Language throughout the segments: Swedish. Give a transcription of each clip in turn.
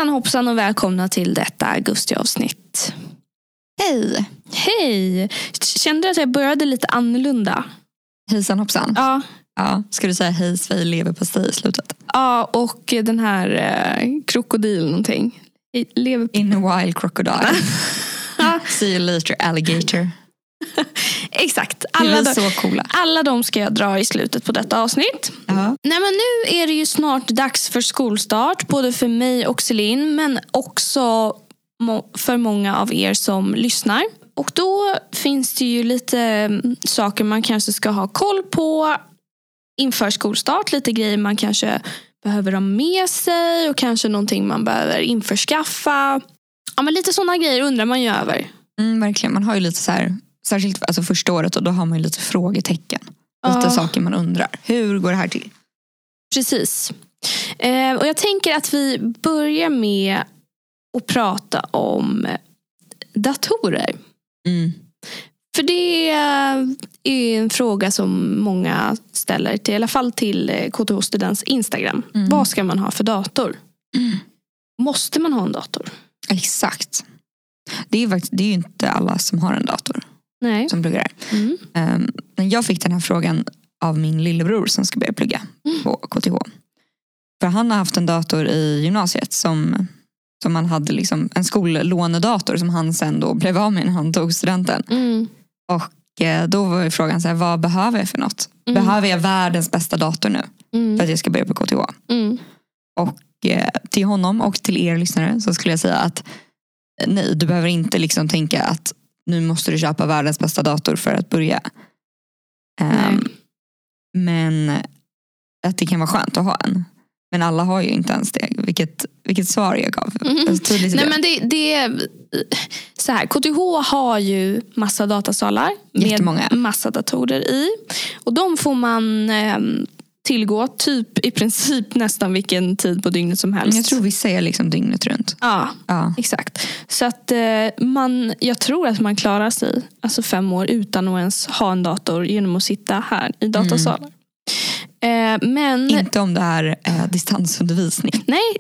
Hoppsan och välkomna till detta augustiavsnitt. Hej! Hej! Kände du att jag började lite annorlunda? Hejsan hoppsan. Ja. Ska du säga hej Svej lever på sig i slutet? Ja, och den här krokodil någonting. In a wild crocodile. See you later alligator. Exakt. Så coola. Alla de ska jag dra i slutet på detta avsnitt. Ja. Nej, men nu är det ju snart dags för skolstart. Både för mig och Celine. Men också för många av er som lyssnar. Och då finns det ju lite saker man kanske ska ha koll på inför skolstart. Lite grejer man kanske behöver ha med sig. Och kanske någonting man behöver införskaffa. Ja, men lite sådana grejer undrar man ju över. Verkligen, man har ju lite så här, särskilt alltså första året, och då har man ju lite frågetecken. Lite saker man undrar. Hur går det här till? Precis. Och jag tänker att vi börjar med att prata om datorer. För det är en fråga som många ställer till, i alla fall till KTH Students Instagram. Vad ska man ha för dator? Måste man ha en dator? Exakt. Det är ju inte alla som har en dator. Nej. Som pluggar där. Men jag fick den här frågan av min lillebror som ska börja plugga på KTH. För han har haft en dator i gymnasiet som han hade liksom en skollånedator som han sen då blev av med när han tog studenten. Och då var frågan så här, vad behöver jag för något? Behöver jag världens bästa dator nu? För att jag ska börja på KTH? Och till honom och till er lyssnare så skulle jag säga att nej, du behöver inte liksom tänka att nu måste du köpa världens bästa dator för att börja. Men att det kan vara skönt att ha en. Men alla har ju inte ens det. Vilket svar jag gav. Nej, men det är så här. KTH har ju massa datasalar. Jättemånga. Med massa datorer i. Och de får man tillgå typ i princip nästan vilken tid på dygnet som helst. Jag tror vissa är liksom dygnet runt. Ja. Exakt. Så att jag tror att man klarar sig 5 år utan att ens ha en dator genom att sitta här i datasalen. Men inte om det är distansundervisning. Nej,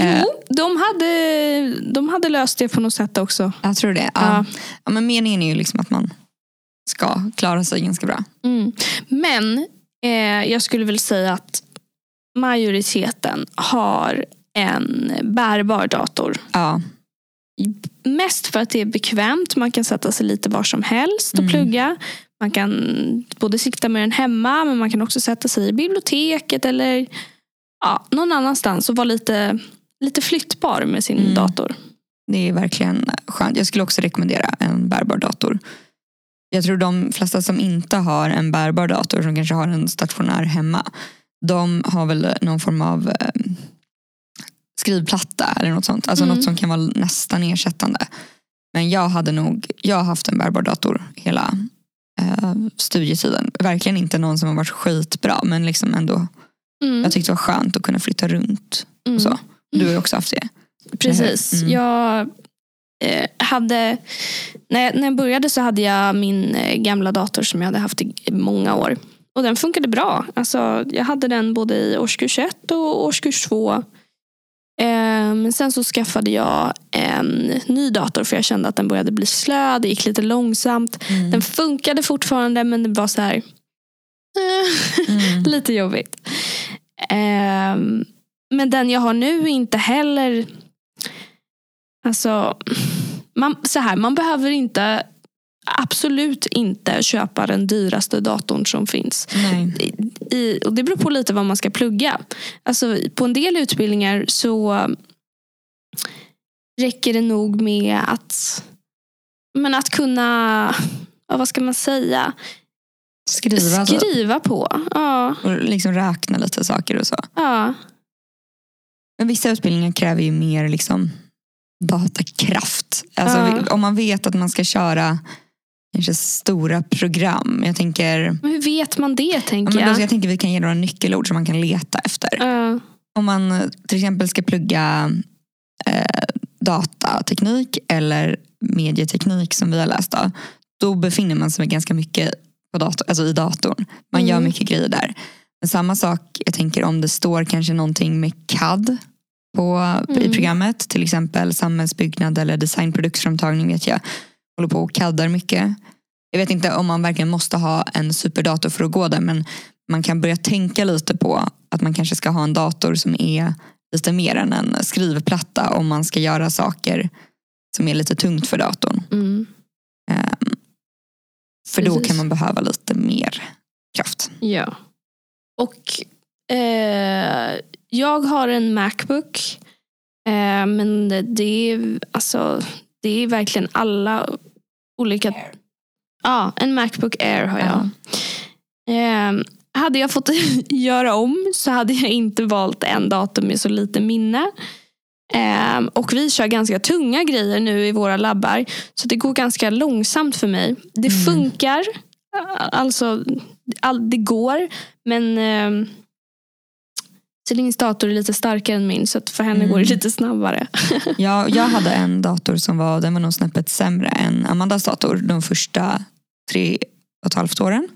de hade löst det på något sätt också. Jag tror det. Ja, men meningen är ju liksom att man ska klara sig ganska bra. Men jag skulle väl säga att majoriteten har en bärbar dator. Ja. Mest för att det är bekvämt. Man kan sätta sig lite var som helst och plugga. Man kan både sitta med den hemma, men man kan också sätta sig i biblioteket eller någon annanstans och vara lite flyttbar med sin dator. Det är verkligen skönt. Jag skulle också rekommendera en bärbar dator. Jag tror de flesta som inte har en bärbar dator, som kanske har en stationär hemma, de har väl någon form av skrivplatta eller något sånt. Alltså något som kan vara nästan ersättande. Men jag har haft en bärbar dator hela studietiden. Verkligen inte någon som har varit skitbra, men liksom ändå jag tyckte det var skönt att kunna flytta runt och så. Du har ju också haft det. Precis. Jag hade när jag började så hade jag min gamla dator som jag hade haft i många år. Och den funkade bra. Alltså, jag hade den både i årskurs 1 och årskurs 2. Men sen så skaffade jag en ny dator för jag kände att den började bli slö. Det gick lite långsamt. Den funkade fortfarande, men det var så här lite jobbigt. Men den jag har nu är inte heller, alltså man behöver inte, absolut inte köpa den dyraste datorn som finns. Och det beror på lite vad man ska plugga. Alltså på en del utbildningar så räcker det nog med att kunna, vad ska man säga, skriva på. Ja. Och liksom räkna lite saker och så. Ja. Men vissa utbildningar kräver ju mer liksom datakraft. Alltså om man vet att man ska köra kanske stora program. Jag tänker... Men hur vet man det, tänker jag? Jag tänker vi kan ge några nyckelord som man kan leta efter. Om man till exempel ska plugga datateknik eller medieteknik som vi har läst då befinner man sig ganska mycket på i datorn. Man gör mycket grejer där. Men samma sak, jag tänker om det står kanske någonting med CAD i programmet. Till exempel samhällsbyggnad eller designproduktframtagning vet jag. Håller på och kaddar mycket. Jag vet inte om man verkligen måste ha en superdator för att gå där, men man kan börja tänka lite på att man kanske ska ha en dator som är lite mer än en skrivplatta om man ska göra saker som är lite tungt för datorn. För då kan man behöva lite mer kraft. Ja. Och jag har en MacBook. Men det är verkligen alla olika... Ja, en MacBook Air har jag. Hade jag fått göra om så hade jag inte valt en dator med så lite minne. Och vi kör ganska tunga grejer nu i våra labbar. Så det går ganska långsamt för mig. Det funkar. Alltså, det går. Men Celines dator är lite starkare än min. Så att för henne går det lite snabbare. Ja, jag hade en dator som var nog snäppet sämre än Amandas dator. De första 3,5 åren.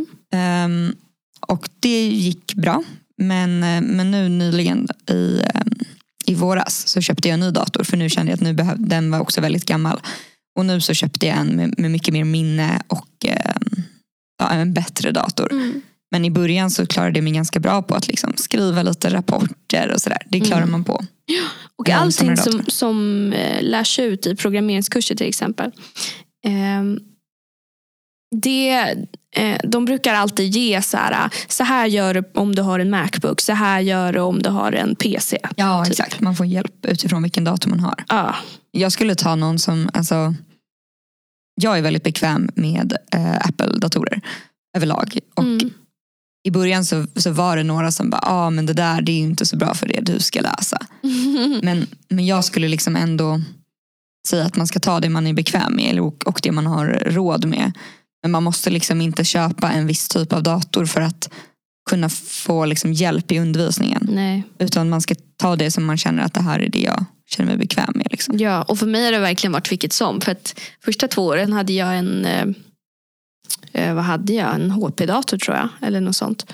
Och det gick bra. Men nu nyligen i våras så köpte jag en ny dator. För nu kände jag att den var också väldigt gammal. Och nu så köpte jag en med mycket mer minne och en bättre dator. Men i början så klarade jag mig ganska bra på att liksom skriva lite rapporter och sådär. Det klarar man på. Och allting som lärs ut i programmeringskurser till exempel. De brukar alltid ge så här gör du om du har en MacBook, så här gör du om du har en PC. Ja, exakt. Man får hjälp utifrån vilken dator man har. Ja. Jag skulle ta någon som, jag är väldigt bekväm med Apple-datorer överlag. Och i början så var det några som bara, men det där det är ju inte så bra för det du ska läsa. Men jag skulle liksom ändå säga att man ska ta det man är bekväm med och det man har råd med. Men man måste liksom inte köpa en viss typ av dator för att kunna få liksom hjälp i undervisningen. Nej. Utan man ska ta det som man känner att det här är det jag känner mig bekväm med. Liksom. Ja, och för mig har det verkligen varit vilket som. För att första 2 åren hade jag en HP-dator tror jag. Eller något sånt.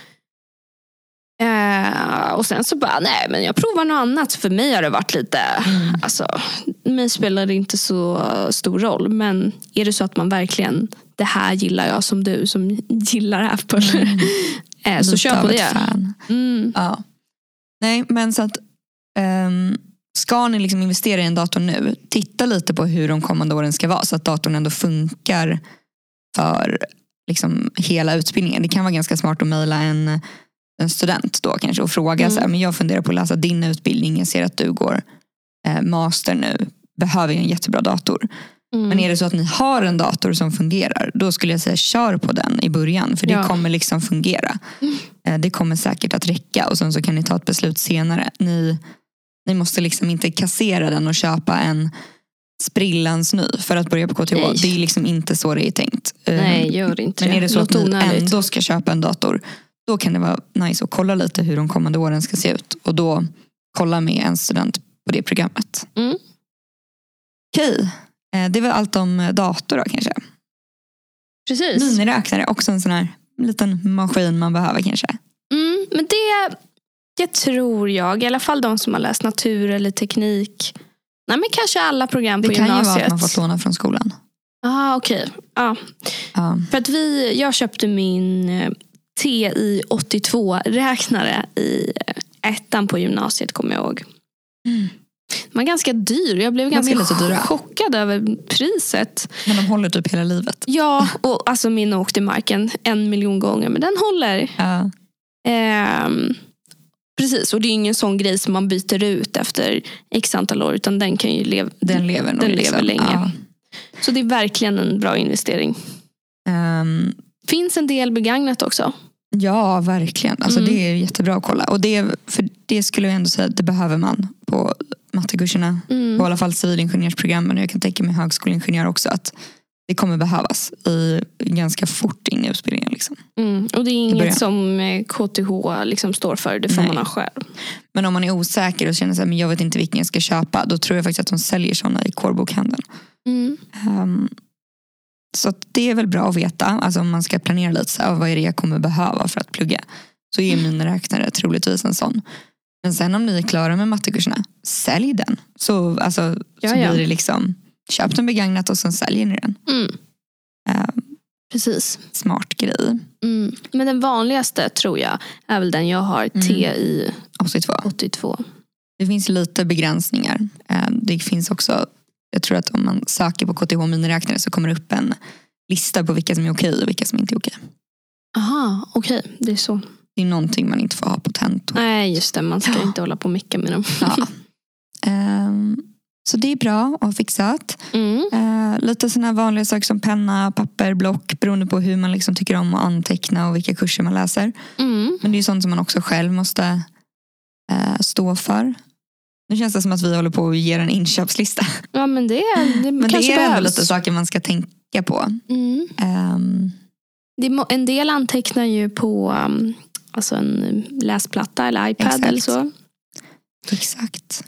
Och sen så bara, nej men jag provar något annat. För mig har det varit lite, mig spelar det inte så stor roll. Men är det så att man verkligen, det här gillar jag som du som gillar Apple. Så kör på det. Ja. Nej, men så att ska ni liksom investera i en dator nu, titta lite på hur de kommande åren ska vara. Så att datorn ändå funkar för liksom hela utbildningen. Det kan vara ganska smart att mejla en student då kanske och fråga så här, men jag funderar på att läsa din utbildning, jag ser att du går master nu, behöver jag en jättebra dator. Men är det så att ni har en dator som fungerar, då skulle jag säga kör på den i början, för det kommer liksom fungera. Det kommer säkert att räcka och sen så kan ni ta ett beslut senare. Ni måste liksom inte kassera den och köpa en sprillans ny för att börja på KTH. Nej. Det är liksom inte så det är tänkt. Nej, gör inte men är det så att ni ändå ska köpa en dator, då kan det vara nice att kolla lite hur de kommande åren ska se ut. Och då kolla med en student på det programmet. Okej. Det är väl allt om dator då kanske. Precis. Miniräknare, också en sån här liten maskin man behöver kanske. Men det tror jag. I alla fall de som har läst natur eller teknik. Nej, men kanske alla program på gymnasiet. Det kan ju vara att man får låna från skolan. Okej. Ja. För att jag köpte min TI-82-räknare i 1:an på gymnasiet, kommer jag ihåg. Man är ganska dyr. Jag blev ganska chockad över priset. Men de håller typ hela livet. Ja, och alltså min åkte i marken 1 miljon gånger. Men den håller. Ja. Precis, och det är ingen sån grej som man byter ut efter x antal år. Utan den kan ju lever länge. Ja. Så det är verkligen en bra investering. Finns en del begagnat också. Ja, verkligen. Alltså det är jättebra att kolla. Och för det skulle jag ändå säga att det behöver man på mattekurserna. På i alla fall civilingenjörsprogrammen. Och jag kan tänka mig högskoleingenjör också. Att det kommer behövas ganska fort in i utbildningen. Liksom. Och det är inget som KTH liksom står för. Det får man ha själv. Men om man är osäker och känner att jag vet inte vilken jag ska köpa. Då tror jag faktiskt att de säljer sådana i Core-bokhandeln. Så att det är väl bra att veta. Alltså om man ska planera lite så här, vad är det jag kommer behöva för att plugga. Så är miniräknare troligtvis en sån. Men sen om ni är klara med mattekurserna, sälj den. Så blir det liksom, köp den begagnat och sen säljer ni den. Precis. Smart grej. Men den vanligaste tror jag är väl den jag har, TI 82. Det finns lite begränsningar. Det finns också, jag tror att om man söker på KTH miniräknare så kommer det upp en lista på vilka som är okej och vilka som inte är okej. Aha, okej. Det är så. Det är någonting man inte får ha på tentor. Nej, just det. Man ska inte hålla på mycket med dem. Ja. Så det är bra att ha fixat. Lite sådana vanliga saker som penna, papper, block, beroende på hur man liksom tycker om att anteckna och vilka kurser man läser. Men det är sånt som man också själv måste stå för. Nu känns det som att vi håller på att ge en inköpslista. Ja, men det men kanske det är behövs. ändå lite saker man ska tänka på. En del antecknar ju på alltså en läsplatta eller iPad. Exakt. Eller så. Exakt.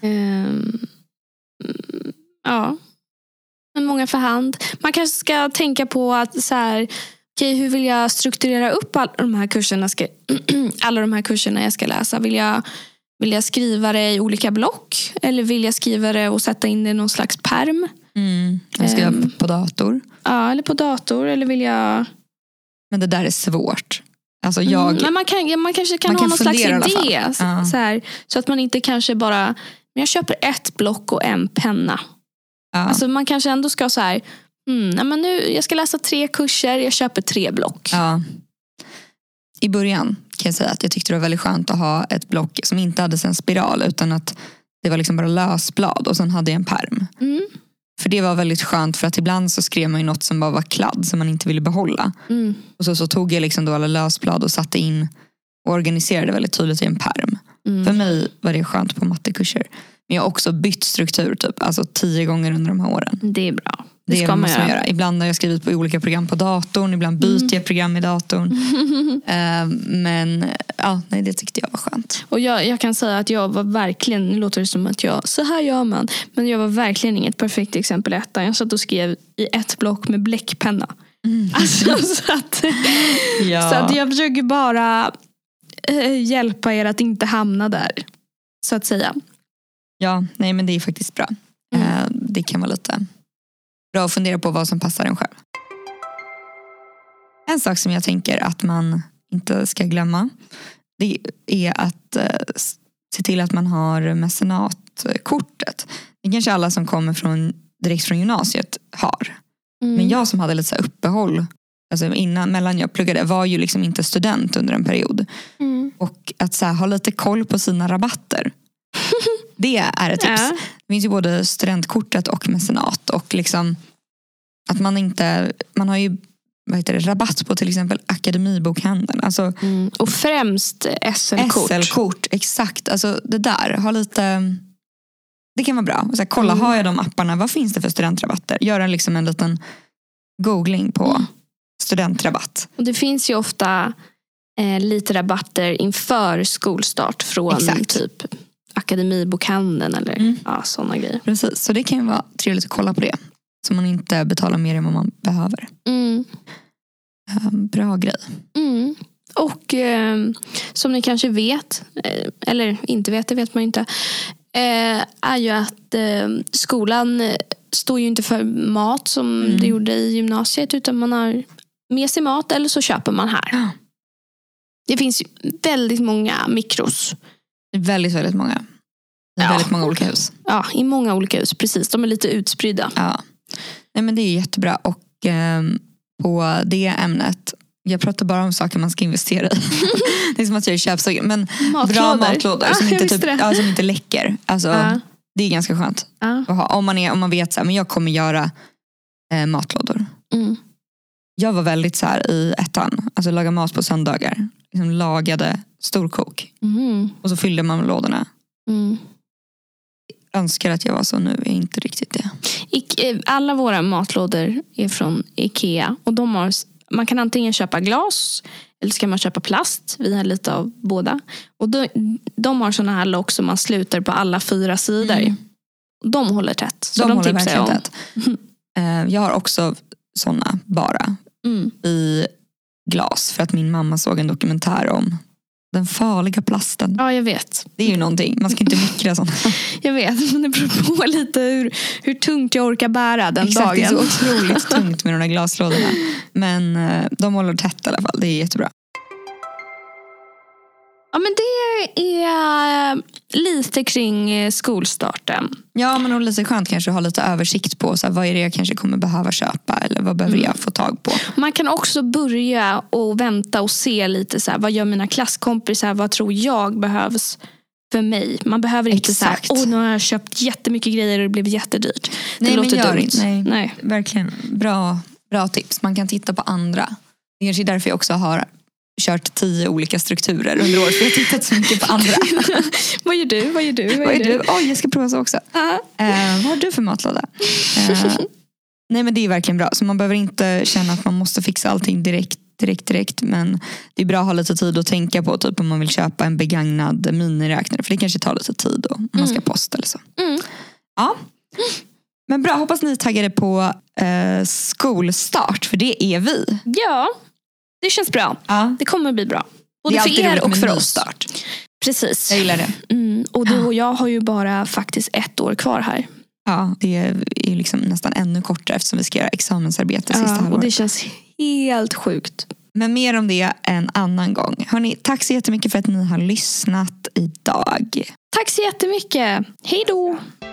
Ja. Men många för hand. Man kanske ska tänka på att så här, okej, hur vill jag strukturera upp alla de här kurserna jag ska läsa? Vill jag skriva det i olika block? Eller vill jag skriva det och sätta in det i någon slags pärm? Jag ska på dator. Ja, eller på dator. Eller vill jag... Men det där är svårt. Alltså men man kanske kan ha någon slags idé. Så här, så att man inte kanske bara... Men jag köper ett block och en penna. Ja. Alltså man kanske ändå ska så här... men nu, jag ska läsa 3 kurser. Jag köper 3 block. Ja. I början kan jag säga att jag tyckte det var väldigt skönt att ha ett block som inte hade en spiral, utan att det var liksom bara lösblad och sen hade jag en pärm. För det var väldigt skönt, för att ibland så skrev man ju något som bara var kladd som man inte ville behålla. Och så tog jag liksom då alla lösblad och satte in och organiserade väldigt tydligt i en pärm. För mig var det skönt på mattekurser. Men jag har också bytt struktur typ, alltså 10 gånger under de här åren. Det är bra. Det ska man göra. Ibland har jag skrivit på olika program på datorn. Ibland byter jag program i datorn. Men det tyckte jag var skönt. Och jag kan säga att jag var verkligen, nu låter det som att så här gör man. Men jag var verkligen inget perfekt exempel ettan. Jag satt och skrev i ett block med bläckpenna. Alltså, så att jag försöker bara hjälpa er att inte hamna där. Så att säga. Ja, nej, men det är faktiskt bra. Det kan vara lite bra att fundera på vad som passar en själv. En sak som jag tänker att man inte ska glömma, det är att se till att man har mecenatkortet. Det kanske alla som kommer direkt från gymnasiet har. Men jag som hade lite så här uppehåll, alltså mellan jag pluggade, var ju liksom inte student under en period. Och att så här, ha lite koll på sina rabatter. Det är ett tips. Det finns ju både studentkortet och mecenat. Och liksom att man har ju rabatt på till exempel akademibokhandeln. Alltså, och främst SL-kort. SL-kort, exakt. Alltså det där, det kan vara bra. Så här, kolla, har jag de apparna? Vad finns det för studentrabatter? Göra liksom en liten googling på studentrabatt. Och det finns ju ofta lite rabatter inför skolstart från typ akademibokhandeln eller sådana grejer. Precis, så det kan ju vara trevligt att kolla på det. Så man inte betalar mer än vad man behöver. Bra grej. Och som ni kanske vet, eller inte vet, det vet man inte, är ju att skolan står ju inte för mat som det gjorde i gymnasiet, utan man har med sig mat eller så köper man här. Det finns ju väldigt många mikros. Väldigt, väldigt många. I väldigt många olika hus. Ja, i många olika hus, precis. De är lite utspridda. Ja. Nej, men det är jättebra. Och på det ämnet, jag pratar bara om saker man ska investera i. Det är som att jag är köpsugen. Men bra matlådor som inte läcker. Alltså, det är ganska skönt att ha. Om man vet så här, men jag kommer göra matlådor. Jag var väldigt så här i ettan. Alltså laga mat på söndagar. Liksom lagade storkok. Och så fyllde man lådorna. Önskar att jag var så, nu är inte riktigt det. Alla våra matlådor är från Ikea. Och man kan antingen köpa glas eller ska man köpa plast. Vi har lite av båda. Och de har såna här lock som man sluter på alla 4 sidor. De håller tätt. Så de tipsar jag om. Tätt. Jag har också såna bara i glas. För att min mamma såg en dokumentär om Den farliga plasten. Ja, jag vet. Det är ju någonting. Man ska inte mikra sånt. Jag vet, men det beror på lite hur tungt jag orkar bära den Exakt, dagen. det är så otroligt tungt med de där glaslådorna. Men de håller tätt i alla fall. Det är jättebra. Ja, men det är lite kring skolstarten. Ja, men och lite skönt kanske att ha lite översikt på så här, vad är det jag kanske kommer behöva köpa eller vad behöver jag få tag på. Man kan också börja och vänta och se lite så här, vad gör mina klasskompisar, vad tror jag behövs för mig. Man behöver inte så här, nu har jag köpt jättemycket grejer och det blev jättedyrt. Det låter dumt. Nej, verkligen bra tips. Man kan titta på andra. Det är kanske därför jag också har kört 10 olika strukturer under året. För jag har tittat så mycket på andra. Vad gör du? Oj, jag ska prova så också. Vad har du för matlåda? Nej, men det är verkligen bra. Så man behöver inte känna att man måste fixa allting direkt. Men det är bra att ha lite tid att tänka på. Typ om man vill köpa en begagnad miniräknare. För det kanske tar lite tid då, om man ska posta eller så. Ja. Men bra, hoppas ni taggade på skolstart. För det är vi. Ja, det känns bra. Ja. Det kommer bli bra. Både för er och för oss. Start. Precis. Jag gillar det. Och du och jag har ju bara faktiskt 1 år kvar här. Ja, det är liksom nästan ännu kortare eftersom vi ska göra examensarbete sista halvåret. Och det känns helt sjukt. Men mer om det en annan gång. Hörrni, tack så jättemycket för att ni har lyssnat idag. Tack så jättemycket. Hej då!